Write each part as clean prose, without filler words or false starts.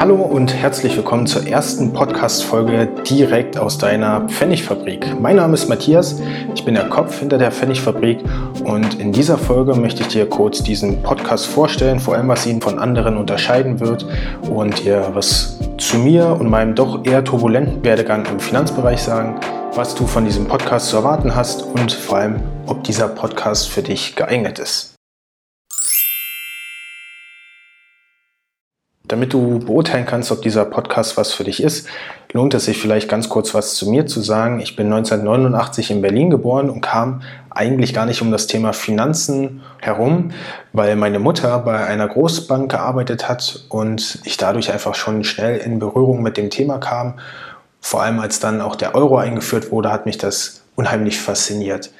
Hallo und herzlich willkommen zur ersten Podcast-Folge direkt aus deiner Pfennigfabrik. Mein Name ist Matthias, ich bin der Kopf hinter der Pfennigfabrik und in dieser Folge möchte ich dir kurz diesen Podcast vorstellen, vor allem was ihn von anderen unterscheiden wird und dir was zu mir und meinem doch eher turbulenten Werdegang im Finanzbereich sagen, was du von diesem Podcast zu erwarten hast und vor allem, ob dieser Podcast für dich geeignet ist. Damit du beurteilen kannst, ob dieser Podcast was für dich ist, lohnt es sich vielleicht ganz kurz was zu mir zu sagen. Ich bin 1989 in Berlin geboren und kam eigentlich gar nicht um das Thema Finanzen herum, weil meine Mutter bei einer Großbank gearbeitet hat und ich dadurch einfach schon schnell in Berührung mit dem Thema kam. Vor allem als dann auch der Euro eingeführt wurde, hat mich das unheimlich fasziniert.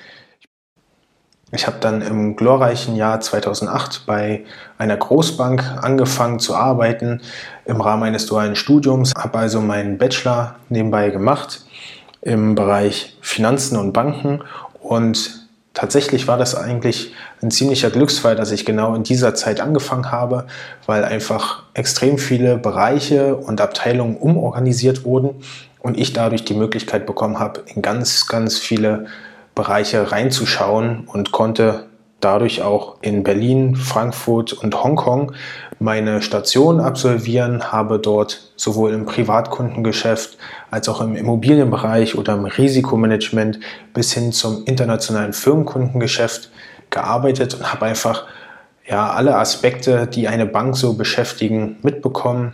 Ich habe dann im glorreichen Jahr 2008 bei einer Großbank angefangen zu arbeiten im Rahmen eines dualen Studiums, habe also meinen Bachelor nebenbei gemacht im Bereich Finanzen und Banken und tatsächlich war das eigentlich ein ziemlicher Glücksfall, dass ich genau in dieser Zeit angefangen habe, weil einfach extrem viele Bereiche und Abteilungen umorganisiert wurden und ich dadurch die Möglichkeit bekommen habe, in ganz, ganz viele Bereiche reinzuschauen und konnte dadurch auch in Berlin, Frankfurt und Hongkong meine Station absolvieren, habe dort sowohl im Privatkundengeschäft als auch im Immobilienbereich oder im Risikomanagement bis hin zum internationalen Firmenkundengeschäft gearbeitet und habe einfach alle Aspekte, die eine Bank so beschäftigen, mitbekommen.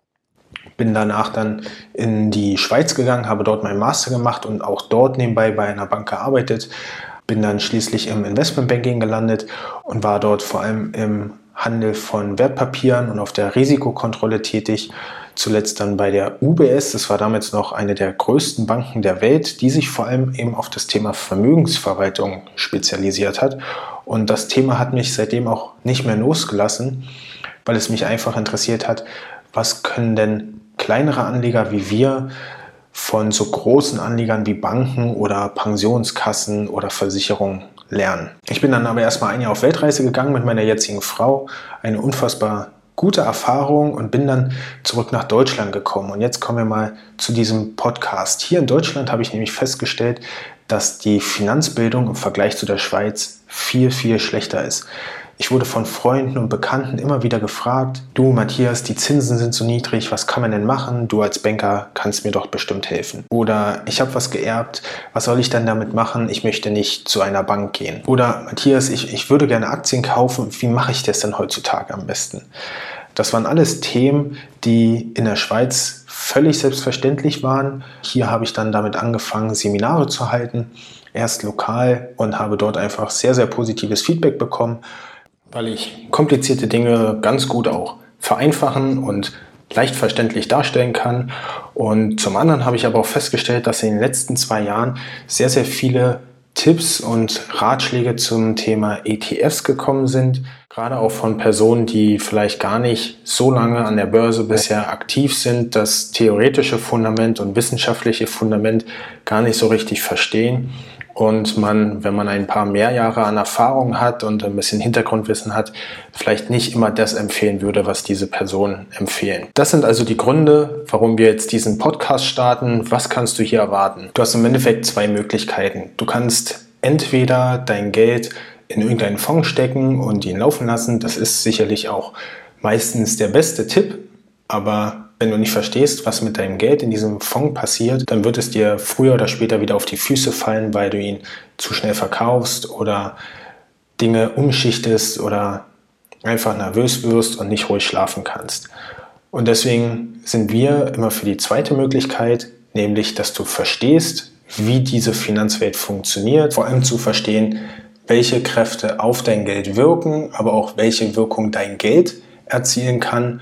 Bin danach dann in die Schweiz gegangen, habe dort meinen Master gemacht und auch dort nebenbei bei einer Bank gearbeitet. Bin dann schließlich im Investmentbanking gelandet und war dort vor allem im Handel von Wertpapieren und auf der Risikokontrolle tätig. Zuletzt dann bei der UBS, das war damals noch eine der größten Banken der Welt, die sich vor allem eben auf das Thema Vermögensverwaltung spezialisiert hat. Und das Thema hat mich seitdem auch nicht mehr losgelassen, weil es mich einfach interessiert hat, was können denn kleinere Anleger wie wir von so großen Anlegern wie Banken oder Pensionskassen oder Versicherungen lernen. Ich bin dann aber erstmal ein Jahr auf Weltreise gegangen mit meiner jetzigen Frau. Eine unfassbar gute Erfahrung und bin dann zurück nach Deutschland gekommen. Und jetzt kommen wir mal zu diesem Podcast. Hier in Deutschland habe ich nämlich festgestellt, dass die Finanzbildung im Vergleich zu der Schweiz viel, viel schlechter ist. Ich wurde von Freunden und Bekannten immer wieder gefragt, du Matthias, die Zinsen sind so niedrig, was kann man denn machen? Du als Banker kannst mir doch bestimmt helfen. Oder ich habe was geerbt, was soll ich denn damit machen? Ich möchte nicht zu einer Bank gehen. Oder Matthias, ich würde gerne Aktien kaufen, wie mache ich das denn heutzutage am besten? Das waren alles Themen, die in der Schweiz völlig selbstverständlich waren. Hier habe ich dann damit angefangen, Seminare zu halten, erst lokal und habe dort einfach sehr, sehr positives Feedback bekommen, weil ich komplizierte Dinge ganz gut auch vereinfachen und leicht verständlich darstellen kann. Und zum anderen habe ich aber auch festgestellt, dass in den letzten 2 Jahren sehr, sehr viele Tipps und Ratschläge zum Thema ETFs gekommen sind, gerade auch von Personen, die vielleicht gar nicht so lange an der Börse bisher aktiv sind, das theoretische Fundament und wissenschaftliche Fundament gar nicht so richtig verstehen. Und man, wenn man ein paar mehr Jahre an Erfahrung hat und ein bisschen Hintergrundwissen hat, vielleicht nicht immer das empfehlen würde, was diese Personen empfehlen. Das sind also die Gründe, warum wir jetzt diesen Podcast starten. Was kannst du hier erwarten? Du hast im Endeffekt 2 Möglichkeiten. Du kannst entweder dein Geld in irgendeinen Fonds stecken und ihn laufen lassen. Das ist sicherlich auch meistens der beste Tipp, aber wenn du nicht verstehst, was mit deinem Geld in diesem Fonds passiert, dann wird es dir früher oder später wieder auf die Füße fallen, weil du ihn zu schnell verkaufst oder Dinge umschichtest oder einfach nervös wirst und nicht ruhig schlafen kannst. Und deswegen sind wir immer für die zweite Möglichkeit, nämlich, dass du verstehst, wie diese Finanzwelt funktioniert, vor allem zu verstehen, welche Kräfte auf dein Geld wirken, aber auch welche Wirkung dein Geld erzielen kann.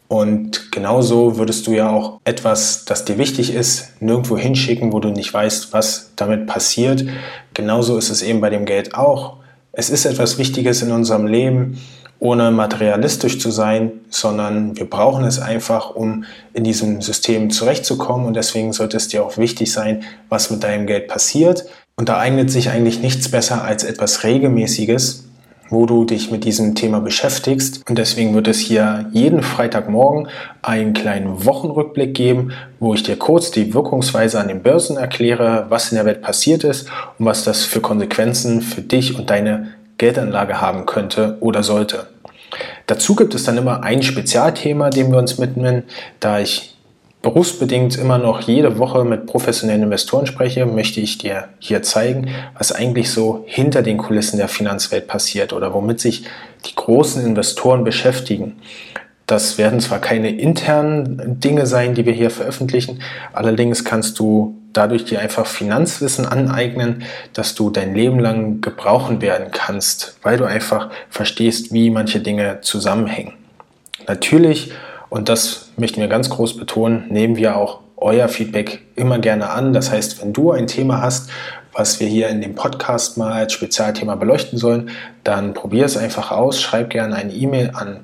Und genauso würdest du ja auch etwas, das dir wichtig ist, nirgendwo hinschicken, wo du nicht weißt, was damit passiert. Genauso ist es eben bei dem Geld auch. Es ist etwas Wichtiges in unserem Leben, ohne materialistisch zu sein, sondern wir brauchen es einfach, um in diesem System zurechtzukommen. Und deswegen sollte es dir auch wichtig sein, was mit deinem Geld passiert. Und da eignet sich eigentlich nichts besser als etwas Regelmäßiges, wo du dich mit diesem Thema beschäftigst. Und deswegen wird es hier jeden Freitagmorgen einen kleinen Wochenrückblick geben, wo ich dir kurz die Wirkungsweise an den Börsen erkläre, was in der Welt passiert ist und was das für Konsequenzen für dich und deine Geldanlage haben könnte oder sollte. Dazu gibt es dann immer ein Spezialthema, dem wir uns widmen. Da ich berufsbedingt immer noch jede Woche mit professionellen Investoren spreche, möchte ich dir hier zeigen, was eigentlich so hinter den Kulissen der Finanzwelt passiert oder womit sich die großen Investoren beschäftigen. Das werden zwar keine internen Dinge sein, die wir hier veröffentlichen, allerdings kannst du dadurch dir einfach Finanzwissen aneignen, dass du dein Leben lang gebrauchen werden kannst, weil du einfach verstehst, wie manche Dinge zusammenhängen. Natürlich, und das möchten wir ganz groß betonen, nehmen wir auch euer Feedback immer gerne an. Das heißt, wenn du ein Thema hast, was wir hier in dem Podcast mal als Spezialthema beleuchten sollen, dann probier es einfach aus. Schreib gerne eine E-Mail an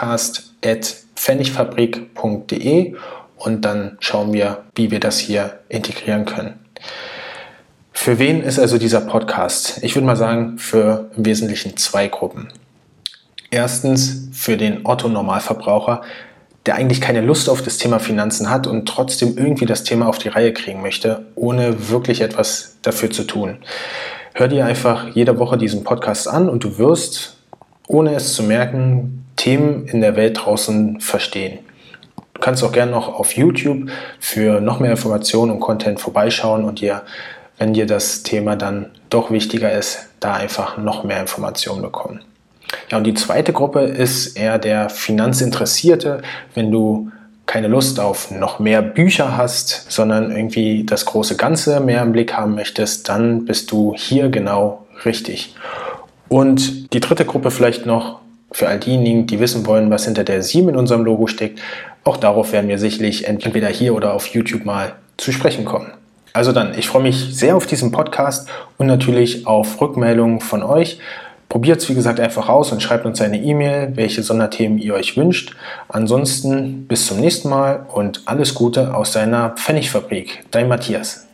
podcast@pfennigfabrik.de und dann schauen wir, wie wir das hier integrieren können. Für wen ist also dieser Podcast? Ich würde mal sagen, für im Wesentlichen zwei Gruppen. Erstens für den Otto-Normalverbraucher, der eigentlich keine Lust auf das Thema Finanzen hat und trotzdem irgendwie das Thema auf die Reihe kriegen möchte, ohne wirklich etwas dafür zu tun. Hör dir einfach jede Woche diesen Podcast an und du wirst, ohne es zu merken, Themen in der Welt draußen verstehen. Du kannst auch gerne noch auf YouTube für noch mehr Informationen und Content vorbeischauen und dir, wenn dir das Thema dann doch wichtiger ist, da einfach noch mehr Informationen bekommen. Ja, und die zweite Gruppe ist eher der Finanzinteressierte. Wenn du keine Lust auf noch mehr Bücher hast, sondern irgendwie das große Ganze mehr im Blick haben möchtest, dann bist du hier genau richtig. Und die dritte Gruppe vielleicht noch für all diejenigen, die wissen wollen, was hinter der 7 in unserem Logo steckt. Auch darauf werden wir sicherlich entweder hier oder auf YouTube mal zu sprechen kommen. Also dann, ich freue mich sehr auf diesen Podcast und natürlich auf Rückmeldungen von euch. Probiert es, wie gesagt, einfach aus und schreibt uns eine E-Mail, welche Sonderthemen ihr euch wünscht. Ansonsten bis zum nächsten Mal und alles Gute aus deiner Pfennigfabrik. Dein Matthias.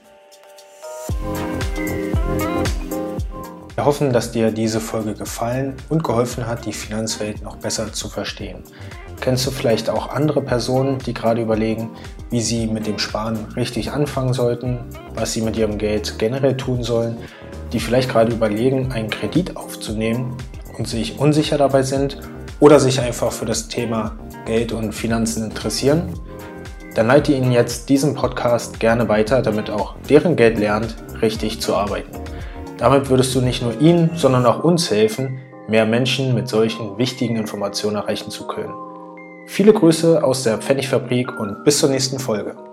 Wir hoffen, dass dir diese Folge gefallen und geholfen hat, die Finanzwelt noch besser zu verstehen. Kennst du vielleicht auch andere Personen, die gerade überlegen, wie sie mit dem Sparen richtig anfangen sollten, was sie mit ihrem Geld generell tun sollen, die vielleicht gerade überlegen, einen Kredit aufzunehmen und sich unsicher dabei sind oder sich einfach für das Thema Geld und Finanzen interessieren? Dann leite Ihnen jetzt diesen Podcast gerne weiter, damit auch deren Geld lernt, richtig zu arbeiten. Damit würdest du nicht nur Ihnen, sondern auch uns helfen, mehr Menschen mit solchen wichtigen Informationen erreichen zu können. Viele Grüße aus der Pfennigfabrik und bis zur nächsten Folge.